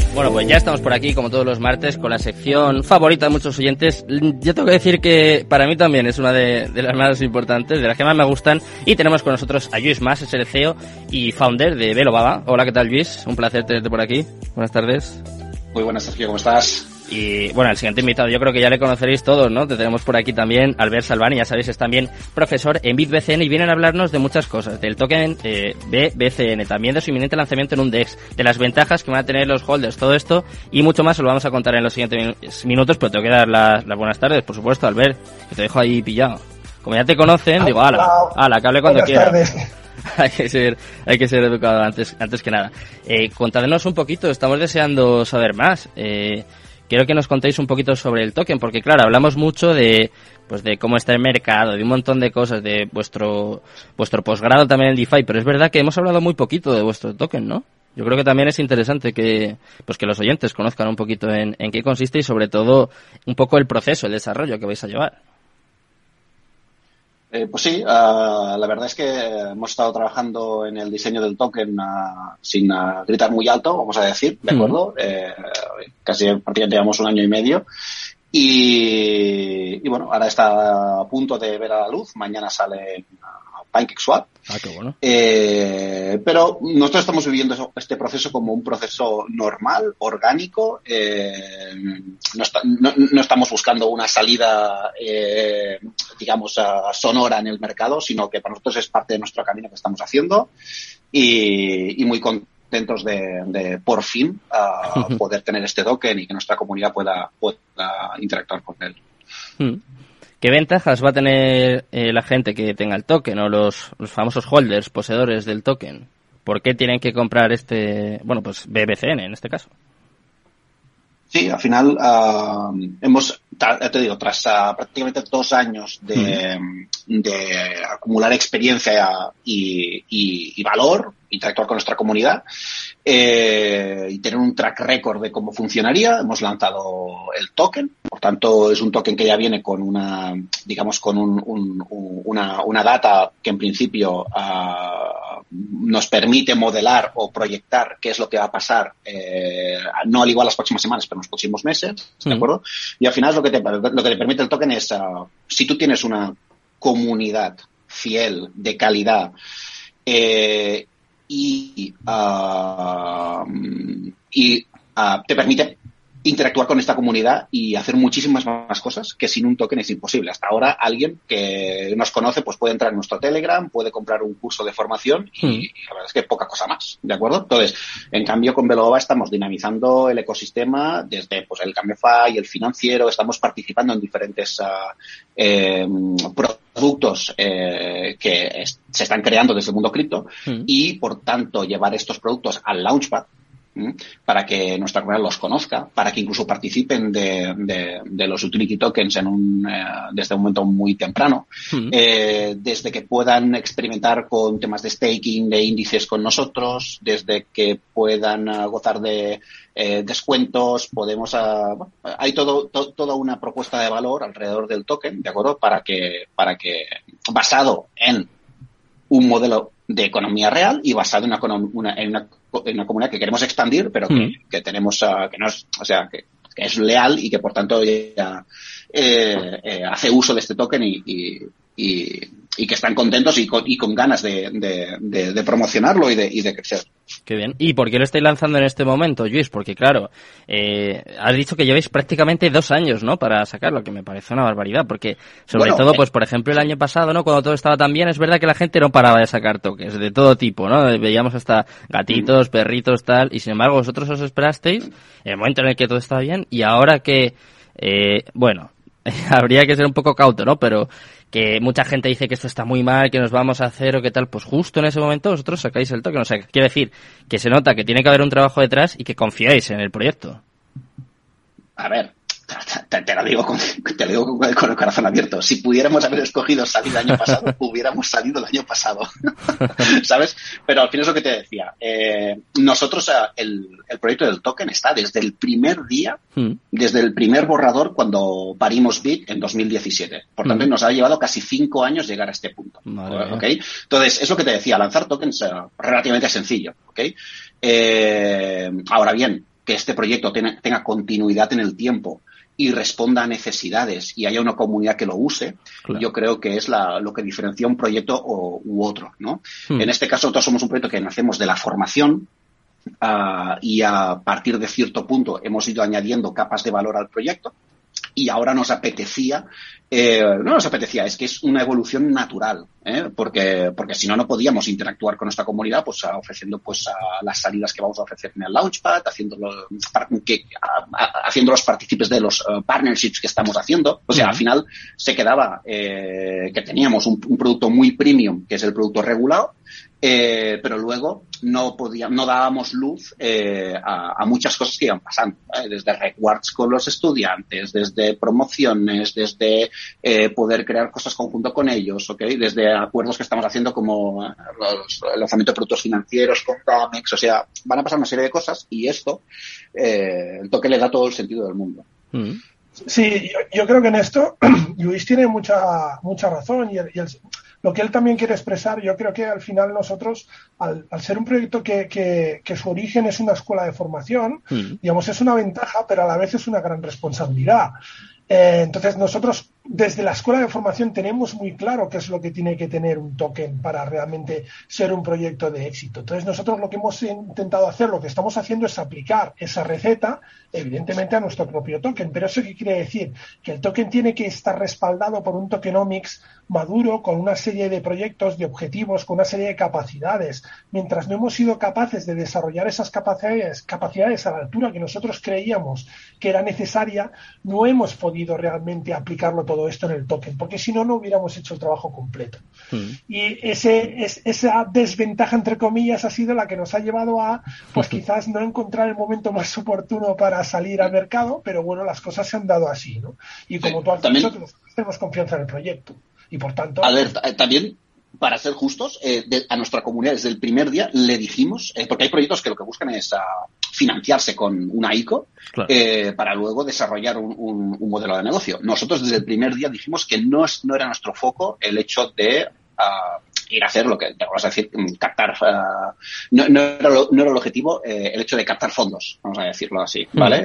Bueno, pues ya estamos por aquí, como todos los martes, con la sección favorita de muchos oyentes. Yo tengo que decir que para mí también es una de las más importantes, de las que más me gustan. Y tenemos con nosotros a Lluís Mas, es el CEO y founder de Velo Baba. Hola, ¿qué tal, Lluís? Un placer tenerte por aquí. Buenas tardes. Muy buenas, Sergio, ¿cómo estás? Y bueno, el siguiente invitado, yo creo que ya le conoceréis todos, ¿no? Te tenemos por aquí también Albert Salvani, ya sabéis, es también profesor en BitBCN y vienen a hablarnos de muchas cosas, del token BBCN, también de su inminente lanzamiento en un DEX, de las ventajas que van a tener los holders, todo esto y mucho más os lo vamos a contar en los siguientes minutos, pero tengo que dar las buenas tardes, por supuesto, Albert, que te dejo ahí pillado. Como ya te conocen, digo, ala, que hable cuando quiera. Hay que ser educado antes que nada. Contadnos un poquito, estamos deseando saber más. Quiero que nos contéis un poquito sobre el token, porque claro, hablamos mucho de cómo está el mercado, de un montón de cosas, de vuestro posgrado también en DeFi, pero es verdad que hemos hablado muy poquito de vuestro token, ¿no? Yo creo que también es interesante que los oyentes conozcan un poquito en qué consiste y sobre todo un poco el proceso, el desarrollo que vais a llevar. Pues sí, la verdad es que hemos estado trabajando en el diseño del token sin gritar muy alto, vamos a decir, ¿de acuerdo? Casi prácticamente llevamos 1 año y medio y bueno, ahora está a punto de ver a la luz, mañana sale PancakeSwap. Qué bueno. Pero nosotros estamos viviendo este proceso como un proceso normal, orgánico. No estamos buscando una salida, digamos, sonora en el mercado, sino que para nosotros es parte de nuestro camino que estamos haciendo y muy contentos de por fin poder tener este token y que nuestra comunidad pueda interactuar con él. ¿Qué ventajas va a tener la gente que tenga el token o los famosos holders, poseedores del token? ¿Por qué tienen que comprar BBCN en este caso? Sí, al final tras prácticamente 2 años de acumular experiencia y valor, interactuar con nuestra comunidad y tener un track record de cómo funcionaría, hemos lanzado el token. Por tanto, es un token que ya viene con una data que en principio nos permite modelar o proyectar qué es lo que va a pasar, no al igual las próximas semanas, pero en los próximos meses, ¿de acuerdo? Y al final lo que te permite el token es, si tú tienes una comunidad fiel, de calidad, y te permite interactuar con esta comunidad y hacer muchísimas más cosas que sin un token es imposible. Hasta ahora alguien que nos conoce pues puede entrar en nuestro Telegram, puede comprar un curso de formación y la verdad es que poca cosa más, ¿de acuerdo? Entonces, en cambio con Velo Baba estamos dinamizando el ecosistema desde pues el GameFi, el financiero, estamos participando en diferentes productos que se están creando desde el mundo cripto y por tanto llevar estos productos al Launchpad para que nuestra comunidad los conozca, para que incluso participen de los utility tokens desde un momento muy temprano, desde que puedan experimentar con temas de staking, de índices con nosotros, desde que puedan gozar de descuentos, hay toda una propuesta de valor alrededor del token, ¿de acuerdo? Para que basado en un modelo de economía real y basado en una comunidad que queremos expandir, pero que tenemos, que no es, o sea, que es leal y que por tanto ya, hace uso de este token y que están contentos y con ganas de promocionarlo y de crecer. Qué bien. ¿Y por qué lo estáis lanzando en este momento, Lluís? Porque claro, has dicho que lleváis prácticamente 2 años, ¿no? Para sacarlo, que me parece una barbaridad, porque sobre todo, pues por ejemplo, el año pasado, ¿no? Cuando todo estaba tan bien, es verdad que la gente no paraba de sacar tokens de todo tipo, ¿no? Veíamos hasta gatitos, perritos, tal, y sin embargo vosotros os esperasteis en el momento en el que todo estaba bien y ahora que, habría que ser un poco cauto, ¿no? Pero que mucha gente dice que esto está muy mal, que nos vamos a hacer o qué tal, pues justo en ese momento vosotros sacáis el token. O sea, quiere decir que se nota que tiene que haber un trabajo detrás y que confiáis en el proyecto. A ver, te lo digo con el corazón abierto. Si pudiéramos haber escogido salir el año pasado, hubiéramos salido el año pasado. ¿Sabes? Pero al fin es lo que te decía. Nosotros, el proyecto del token está desde el primer día, desde el primer borrador cuando parimos Bit en 2017. Por tanto, nos ha llevado casi 5 años llegar a este punto. ¿Okay? Entonces, es lo que te decía, lanzar tokens relativamente sencillo. ¿Okay? Ahora bien, que este proyecto tenga continuidad en el tiempo y responda a necesidades y haya una comunidad que lo use, claro, yo creo que es lo que diferencia un proyecto u otro, ¿no? En este caso, nosotros somos un proyecto que nacemos de la formación y a partir de cierto punto hemos ido añadiendo capas de valor al proyecto. Y ahora nos apetecía, no nos apetecía, es que es una evolución natural, porque si no podíamos interactuar con nuestra comunidad, pues ofreciendo pues las salidas que vamos a ofrecer en el Launchpad, haciéndolos partícipes de los partnerships que estamos haciendo. O sea, al final se quedaba que teníamos un producto muy premium, que es el producto regulado, pero luego no dábamos luz a muchas cosas que iban pasando, desde rewards con los estudiantes, desde promociones, desde poder crear cosas conjunto con ellos, ¿okay? Desde acuerdos que estamos haciendo como el lanzamiento de productos financieros con Comex, o sea, van a pasar una serie de cosas y esto, el toque le da todo el sentido del mundo. Sí, yo creo que en esto Luis tiene mucha razón y lo que él también quiere expresar, yo creo que al final nosotros, al ser un proyecto que su origen es una escuela de formación, digamos, es una ventaja, pero a la vez es una gran responsabilidad. Entonces nosotros desde la escuela de formación tenemos muy claro qué es lo que tiene que tener un token para realmente ser un proyecto de éxito. Entonces nosotros lo que hemos intentado hacer, lo que estamos haciendo es aplicar esa receta evidentemente a nuestro propio token. Pero ¿eso qué quiere decir? Que el token tiene que estar respaldado por un tokenomics maduro, con una serie de proyectos, de objetivos, con una serie de capacidades. Mientras no hemos sido capaces de desarrollar esas capacidades a la altura que nosotros creíamos que era necesaria, no hemos podido realmente aplicarlo todo esto en el token, porque si no, no hubiéramos hecho el trabajo completo. Y esa desventaja, entre comillas, ha sido la que nos ha llevado a, pues quizás no encontrar el momento más oportuno para salir al mercado, pero bueno, las cosas se han dado así, ¿no? Y como tú has dicho, nosotros tenemos confianza en el proyecto. Y por tanto... A ver, también, para ser justos, a nuestra comunidad desde el primer día le dijimos, porque hay proyectos que lo que buscan es financiarse con una ICO, claro, para luego desarrollar un modelo de negocio. Nosotros desde el primer día dijimos que no era nuestro foco el hecho de ir a hacer lo que te vamos a decir, captar, no era el objetivo el hecho de captar fondos, vamos a decirlo así, ¿vale?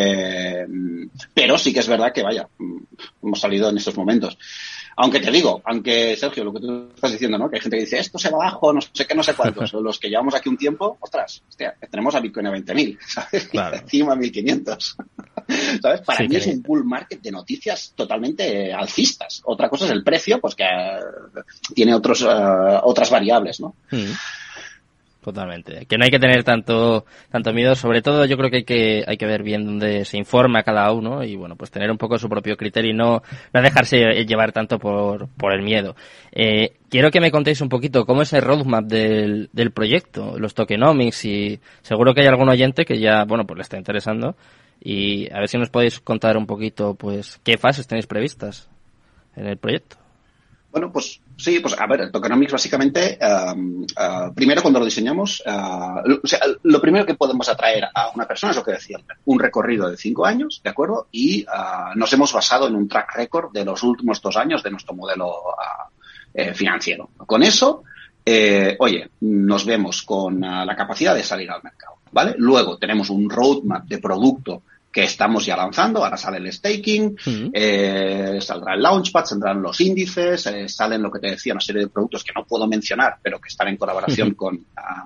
Pero sí que es verdad que, vaya, hemos salido en estos momentos. Aunque te digo, Sergio, lo que tú estás diciendo, ¿no? Que hay gente que dice, esto se va abajo, no sé qué, no sé cuántos. Los que llevamos aquí un tiempo, ostras, hostia, tenemos a Bitcoin a 20.000, ¿sabes? Claro. Encima a 1.500. ¿Sabes? Para mí es un bull market de noticias totalmente alcistas. Otra cosa es el precio, pues que tiene otras variables, ¿no? Totalmente. Que no hay que tener tanto miedo. Sobre todo yo creo que hay que ver bien dónde se informa cada uno y bueno, pues tener un poco su propio criterio y no dejarse llevar tanto por el miedo. Quiero que me contéis un poquito cómo es el roadmap del proyecto, los tokenomics, y seguro que hay algún oyente que ya, bueno, pues le está interesando, y a ver si nos podéis contar un poquito, pues, qué fases tenéis previstas en el proyecto. Bueno, pues sí, pues a ver, el tokenomics básicamente, primero cuando lo diseñamos, o sea, lo primero que podemos atraer a una persona es lo que decía, un recorrido de 5 años, ¿de acuerdo? Y nos hemos basado en un track record de los últimos 2 años de nuestro modelo financiero. Con eso, oye, nos vemos con la capacidad de salir al mercado, ¿vale? Luego tenemos un roadmap de producto que estamos ya lanzando, ahora sale el staking, saldrá el Launchpad, saldrán los índices, salen lo que te decía, una serie de productos que no puedo mencionar, pero que están en colaboración con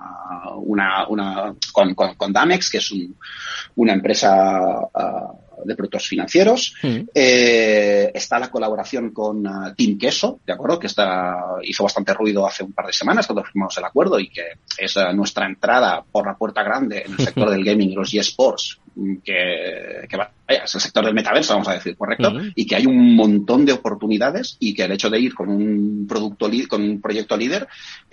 Damex, que es una empresa de productos financieros. Está la colaboración con Team Queso, ¿de acuerdo? Que hizo bastante ruido hace un par de semanas cuando firmamos el acuerdo y que es nuestra entrada por la puerta grande en el sector del gaming y los eSports, que es el sector del metaverso, vamos a decir, ¿correcto? Y que hay un montón de oportunidades y que el hecho de ir con un proyecto líder,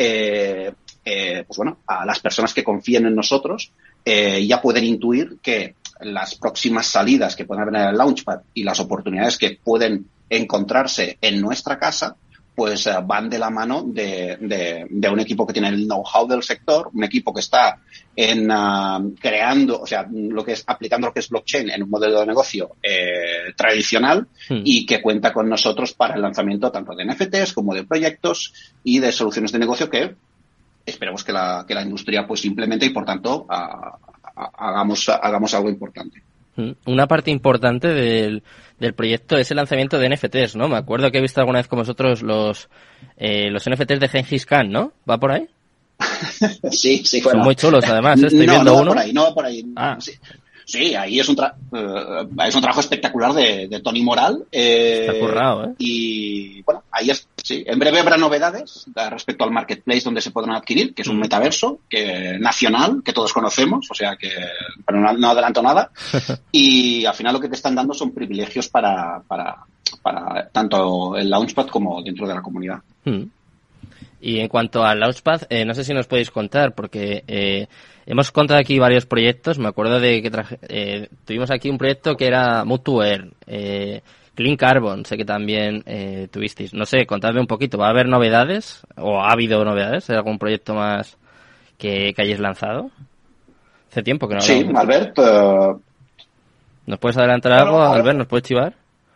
pues bueno, a las personas que confíen en nosotros ya pueden intuir que las próximas salidas que pueden haber en el Launchpad y las oportunidades que pueden encontrarse en nuestra casa, pues van de la mano de un equipo que tiene el know-how del sector, un equipo que está creando, o sea, aplicando lo que es blockchain en un modelo de negocio tradicional y que cuenta con nosotros para el lanzamiento tanto de NFTs como de proyectos y de soluciones de negocio que esperemos que la industria pues implemente y por tanto hagamos algo importante. Una parte importante del proyecto es el lanzamiento de NFTs, ¿no? Me acuerdo que he visto alguna vez con vosotros los NFTs de Gengis Khan, ¿no? ¿Va por ahí? Sí, bueno. Son muy chulos, además, estoy viendo uno. No va por ahí. Ah. Sí, ahí es un trabajo espectacular de Tony Moral. Está currado, ¿eh? Y bueno, ahí sí. En breve habrá novedades respecto al marketplace donde se podrán adquirir, que es un metaverso nacional que todos conocemos, o sea que, pero no adelanto nada. Y al final lo que te están dando son privilegios para tanto el Launchpad como dentro de la comunidad. Y en cuanto al Launchpad, no sé si nos podéis contar, porque hemos contado aquí varios proyectos. Me acuerdo de que tuvimos aquí un proyecto que era Move2Earn, Clean Carbon, sé que también tuvisteis. No sé, contadme un poquito. ¿Va a haber novedades? ¿O ha habido novedades? ¿Hay algún proyecto más que hayáis lanzado? Hace tiempo que no hablamos. Sí, Albert. ¿Nos puedes adelantar algo, Albert? ¿Nos puedes chivar?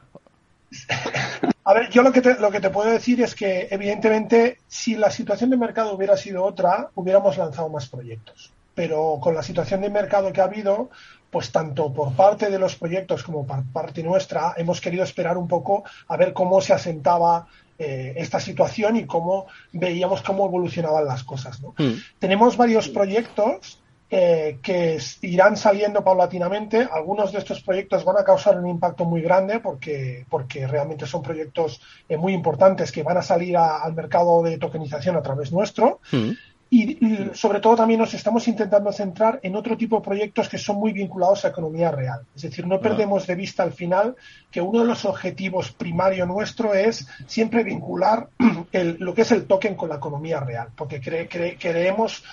A ver, yo lo que te puedo decir es que, evidentemente, si la situación de mercado hubiera sido otra, hubiéramos lanzado más proyectos. Pero con la situación de mercado que ha habido, pues tanto por parte de los proyectos como por parte nuestra, hemos querido esperar un poco a ver cómo se asentaba esta situación y veíamos cómo evolucionaban las cosas, ¿no? Tenemos varios proyectos que irán saliendo paulatinamente. Algunos de estos proyectos van a causar un impacto muy grande porque realmente son proyectos muy importantes que van a salir al mercado de tokenización a través nuestro. Y sobre todo también nos estamos intentando centrar en otro tipo de proyectos que son muy vinculados a economía real. Es decir, no perdemos de vista al final que uno de los objetivos primarios nuestro es siempre vincular lo que es el token con la economía real, porque creemos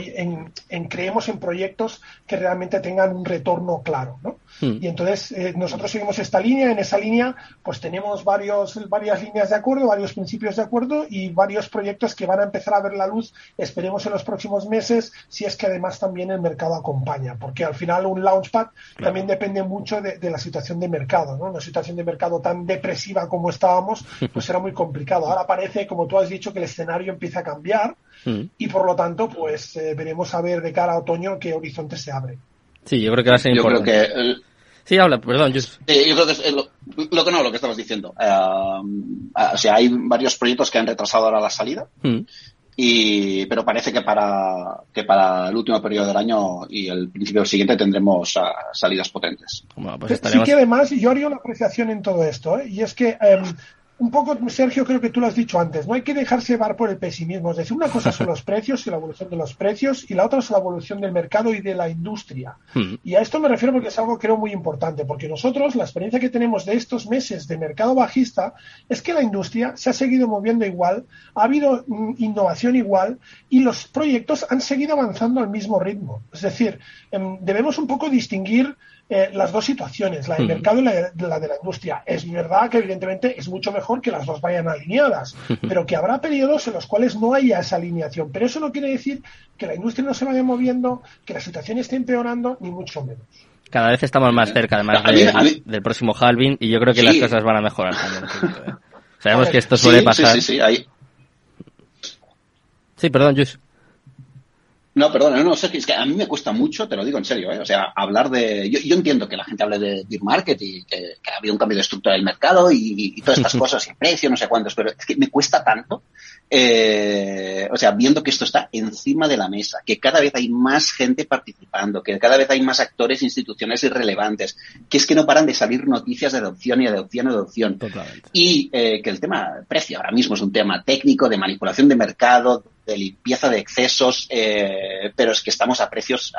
en proyectos que realmente tengan un retorno claro, ¿no? Y entonces nosotros seguimos esta línea. En esa línea pues tenemos varias líneas de acuerdo, varios principios de acuerdo y varios proyectos que van a empezar a ver la luz, esperemos en los próximos meses, si es que además también el mercado acompaña, porque al final un Launchpad también depende mucho de la situación de mercado, ¿no? Una situación de mercado tan depresiva como estábamos, pues será muy complicado. Ahora parece, como tú has dicho, que el escenario empieza a cambiar y por lo tanto pues veremos a ver de cara a otoño qué horizonte se abre. Sí, yo creo que va a ser importante. Sí, habla, perdón. Yo creo que es lo que estabas diciendo. O sea, hay varios proyectos que han retrasado ahora la salida, pero parece que para el último periodo del año y el principio del siguiente tendremos salidas potentes. Bueno, pues estaremos... Sí que además yo haría una apreciación en todo esto, y es que... un poco, Sergio, creo que tú lo has dicho antes, no hay que dejarse llevar por el pesimismo. Es decir, una cosa son los precios y la evolución de los precios y la otra es la evolución del mercado y de la industria. Y a esto me refiero porque es algo creo muy importante, porque nosotros, la experiencia que tenemos de estos meses de mercado bajista es que la industria se ha seguido moviendo igual, ha habido innovación igual y los proyectos han seguido avanzando al mismo ritmo. Es decir, debemos un poco distinguir las dos situaciones, la del mercado y la de la industria. Es verdad que evidentemente es mucho mejor que las dos vayan alineadas, pero que habrá periodos en los cuales no haya esa alineación. Pero eso no quiere decir que la industria no se vaya moviendo, que la situación esté empeorando, ni mucho menos. Cada vez estamos más cerca, además, del próximo halving, y yo creo que las cosas van a mejorar también. Sabemos que esto suele pasar. Sí, perdón, Jus. No, perdona, no, Sergio, es que a mí me cuesta mucho, te lo digo en serio, O sea, hablar de... Yo entiendo que la gente hable de bear market y que ha habido un cambio de estructura del mercado y todas estas cosas, y precio, no sé cuántos, pero es que me cuesta tanto, o sea, viendo que esto está encima de la mesa, que cada vez hay más gente participando, que cada vez hay más actores, instituciones irrelevantes, que es que no paran de salir noticias de adopción y adopción. Totalmente. Y que el tema precio ahora mismo es un tema técnico, de manipulación de mercado, de limpieza de excesos, pero es que estamos a precios,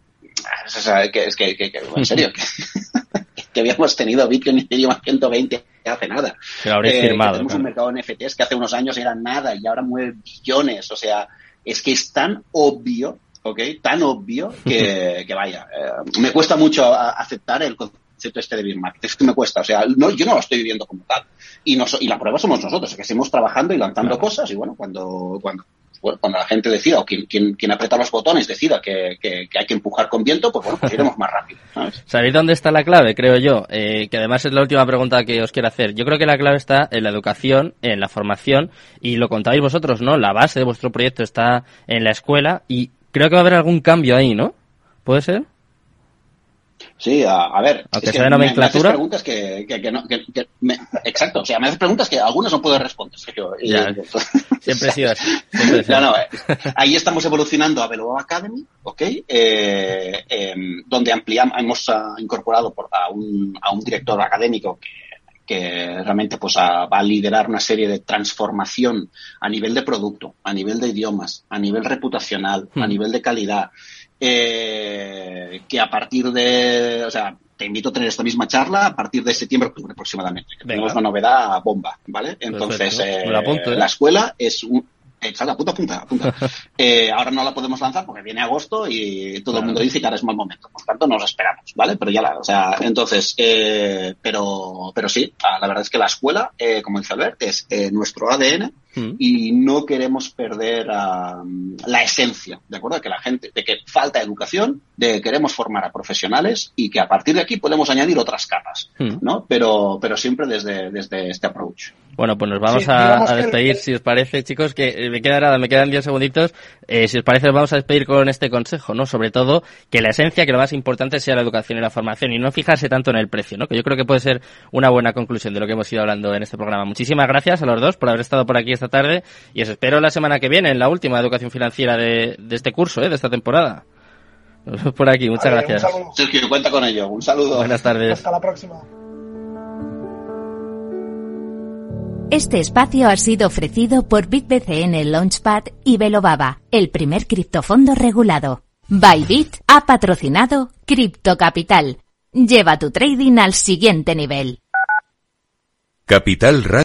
en serio, que habíamos tenido Bitcoin y Ethereum a 120 hace nada. Pero habréis firmado. Tenemos un mercado de NFTs que hace unos años era nada y ahora mueve billones, o sea, es que es tan obvio, tan obvio que vaya, me cuesta mucho aceptar el concepto de bear market, es que me cuesta, o sea, yo no lo estoy viviendo como tal, y la prueba somos nosotros, que seguimos trabajando y lanzando cosas, y bueno, cuando la gente decida, o quien aprieta los botones decida que hay que empujar con viento, pues bueno, pues iremos más rápido, ¿sabes? ¿Sabéis dónde está la clave? Creo yo, que además es la última pregunta que os quiero hacer. Yo creo que la clave está en la educación, en la formación, y lo contáis vosotros, ¿no? La base de vuestro proyecto está en la escuela, y creo que va a haber algún cambio ahí, ¿no? ¿Puede ser? Sí, a ver. Aunque sea de nomenclatura. Me haces preguntas exacto, o sea, me haces preguntas que algunas no puedo responder. Siempre he sido así. Ahí estamos evolucionando a Belobaba Academy, ¿ok? Donde hemos incorporado a un director académico que realmente pues va a liderar una serie de transformación a nivel de producto, a nivel de idiomas, a nivel reputacional, a nivel de calidad. Que a partir de, o sea, te invito a tener esta misma charla a partir de septiembre, octubre aproximadamente. Tenemos una novedad bomba, ¿vale? Entonces, la escuela es Exacto, apunta. Ahora no la podemos lanzar porque viene agosto y todo el mundo dice que ahora es mal momento. Por tanto, nos esperamos, ¿vale? Pero entonces, pero sí, la verdad es que la escuela, como dice Albert, es nuestro ADN y no queremos perder la esencia, ¿de acuerdo? De que falta educación, de que queremos formar a profesionales y que a partir de aquí podemos añadir otras capas, ¿no? Pero siempre desde este approach. Bueno, pues nos vamos a despedir, si os parece, chicos, que me quedan 10 segunditos. Si os parece, nos vamos a despedir con este consejo, ¿no? Sobre todo, que la esencia, que lo más importante sea la educación y la formación y no fijarse tanto en el precio, ¿no? Que yo creo que puede ser una buena conclusión de lo que hemos ido hablando en este programa. Muchísimas gracias a los dos por haber estado por aquí esta tarde y os espero la semana que viene en la última educación financiera de este curso, de esta temporada. Nos vemos por aquí, muchas gracias. Sergio, cuenta con ello. Un saludo. Buenas tardes. Hasta la próxima. Este espacio ha sido ofrecido por BitBCN Launchpad y Belobaba, el primer criptofondo regulado. Bybit ha patrocinado Cripto Capital. Lleva tu trading al siguiente nivel. Capital Radio.